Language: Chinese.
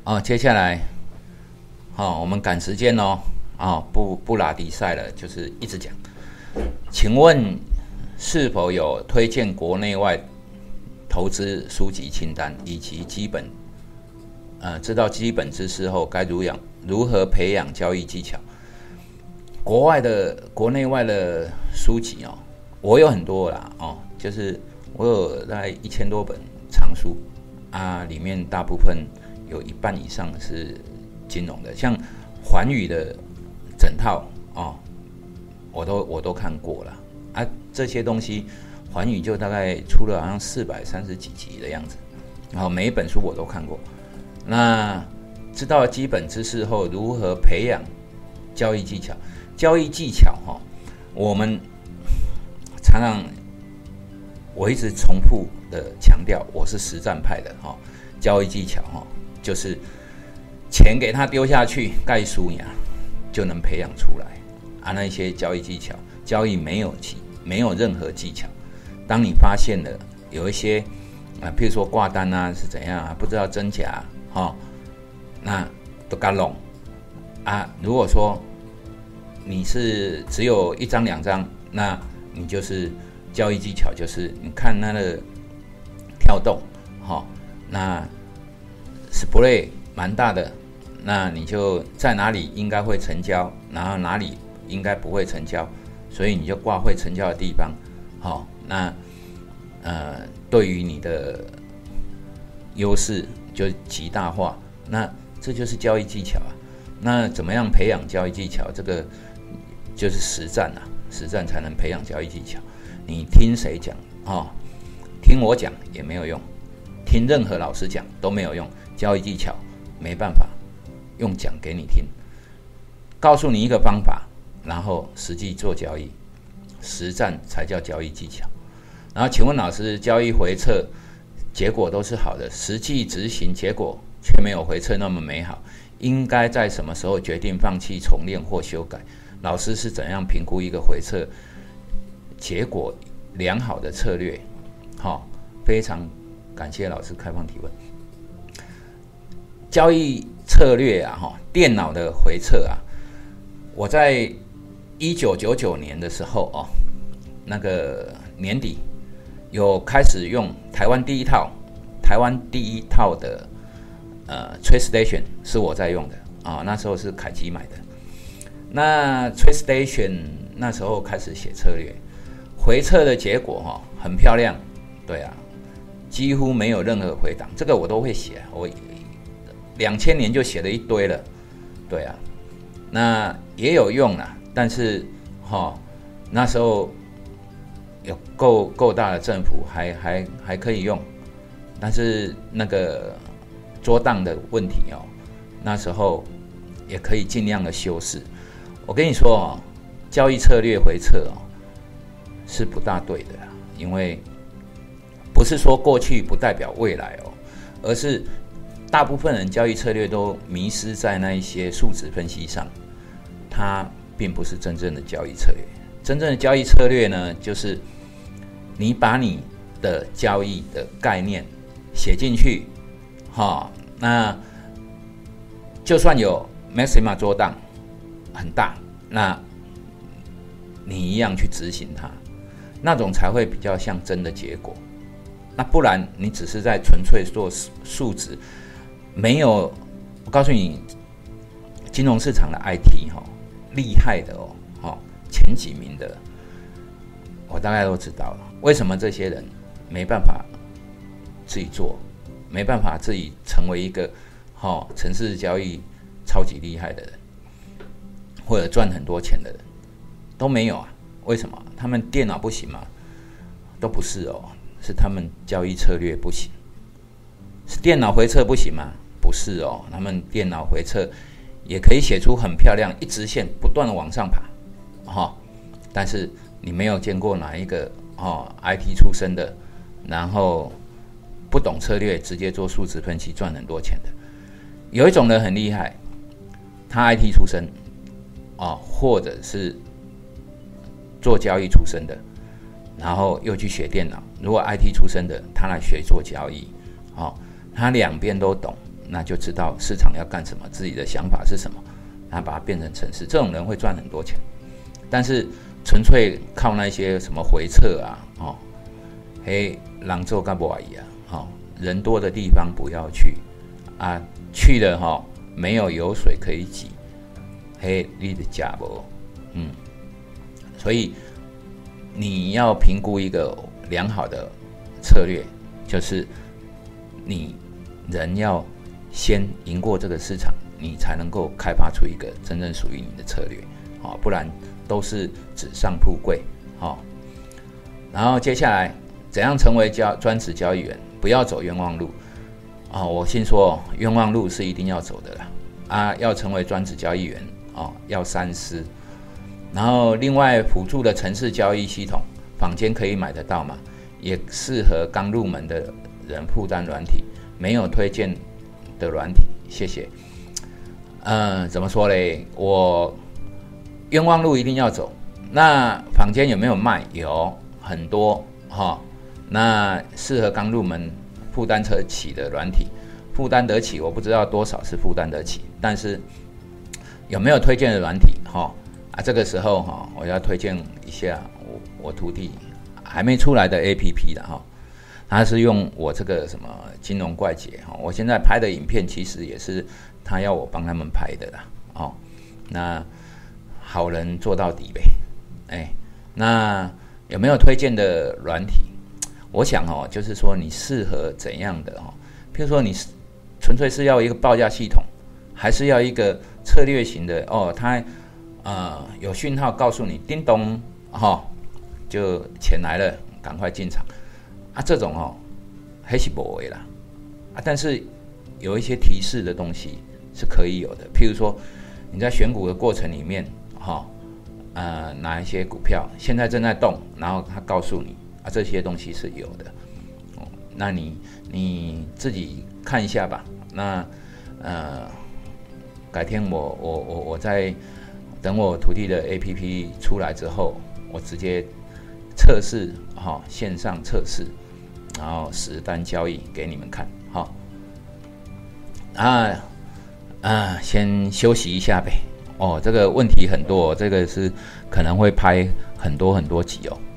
接下来我们赶时间不拉迪赛了，就是一直讲。请问是否有推荐国内外投资书籍清单，以及知道基本知识后该如何培养交易技巧？国内外的书籍我有很多啦就是我有大概1000多本藏书里面大部分有一半以上是金融的，像寰宇的整套我都看过了这些东西寰宇就大概出了好像430几集的样子，然后每一本书我都看过。那知道基本知识后如何培养交易技巧？交易技巧我们常常我一直重复的强调，我是实战派的交易技巧就是钱给他丢下去，概输呀就能培养出来那些交易技巧，交易没有任何技巧。当你发现了有一些譬如说挂单是怎样不知道真假那都该弄如果说你是只有1张2张，那你就是交易技巧，就是你看它的跳动那 spread 蛮大的，那你就在哪里应该会成交，然后哪里应该不会成交，所以你就挂会成交的地方那对于你的优势就极大化，那这就是交易技巧那怎么样培养交易技巧？这个就是实战实战才能培养交易技巧。你听谁讲听我讲也没有用，听任何老师讲都没有用，交易技巧没办法用讲给你听，告诉你一个方法，然后实际做交易，实战才叫交易技巧。然后请问老师，交易回测结果都是好的，实际执行结果却没有回测那么美好，应该在什么时候决定放弃重练或修改？老师是怎样评估一个回测结果良好的策略？非常感谢老师开放提问。交易策略电脑的回测我在1999年的时候那个年底有开始用台湾第一套的TradeStation 是我在用的那时候是凯基买的。那 TradeStation 那时候开始写策略，回测的结果很漂亮，对几乎没有任何回档，这个我都会写，我2000年就写了一堆了，对那也有用但是那时候有够大的振幅，还可以用，但是那个捉当的问题那时候也可以尽量的修饰。我跟你说交易策略回测是不大对的因为不是说过去不代表未来而是大部分人交易策略都迷失在那一些数值分析上，它并不是真正的交易策略。真正的交易策略呢，就是你把你的交易的概念写进去那就算有 Maxima 捉当很大，那你一样去执行它，那种才会比较像真的结果。那不然你只是在纯粹做数值，没有。我告诉你，金融市场的 IT 厉害的前几名的我大概都知道了。为什么这些人没办法自己做，没办法自己成为一个程式交易超级厉害的人，或者赚很多钱的人都没有为什么？他们电脑不行吗？都不是是他们交易策略不行。是电脑回测不行吗？不是他们电脑回测也可以写出很漂亮一直线不断的往上爬但是你没有见过哪一个IT 出身的，然后不懂策略直接做数值分析赚很多钱的。有一种人很厉害，他 IT 出身或者是做交易出身的，然后又去学电脑。如果 IT 出身的，他来学做交易他两边都懂， 那就知道市场要干什么，自己的想法是什么，然后把它变成程式。这种人会赚很多钱，但是纯粹靠那些什么回测啊，人做干不一样，人多的地方不要去啊，去了没有油水可以挤，你的假不，所以你要评估一个良好的策略，就是你人要先赢过这个市场，你才能够开发出一个真正属于你的策略，不然都是纸上富贵。然后接下来怎样成为专职交易员？不要走冤枉路我先说，冤枉路是一定要走的啦要成为专职交易员要三思。然后另外辅助的程式交易系统，坊间可以买得到嘛？也适合刚入门的人负担软体，没有推荐的软体，谢谢。怎么说嘞？我冤枉路一定要走。那坊间有没有卖？有很多那适合刚入门负担得起的软体，负担得起我不知道多少是负担得起，但是有没有推荐的软体这个时候我要推荐一下我徒弟还没出来的 APP 的他是用我这个什么金融怪杰我现在拍的影片其实也是他要我帮他们拍的啦那好人做到底呗那有没有推荐的软体？我想就是说你适合怎样的譬如说你纯粹是要一个报价系统，还是要一个策略型的它有讯号告诉你叮咚就钱来了，赶快进场这种还是没的啦但是有一些提示的东西是可以有的，譬如说你在选股的过程里面哪一些股票现在正在动，然后它告诉你这些东西是有的那你自己看一下吧。那改天我再等我徒弟的 APP 出来之后，我直接测试线上测试，然后实单交易给你们看先休息一下呗这个问题很多这个是可能会拍很多集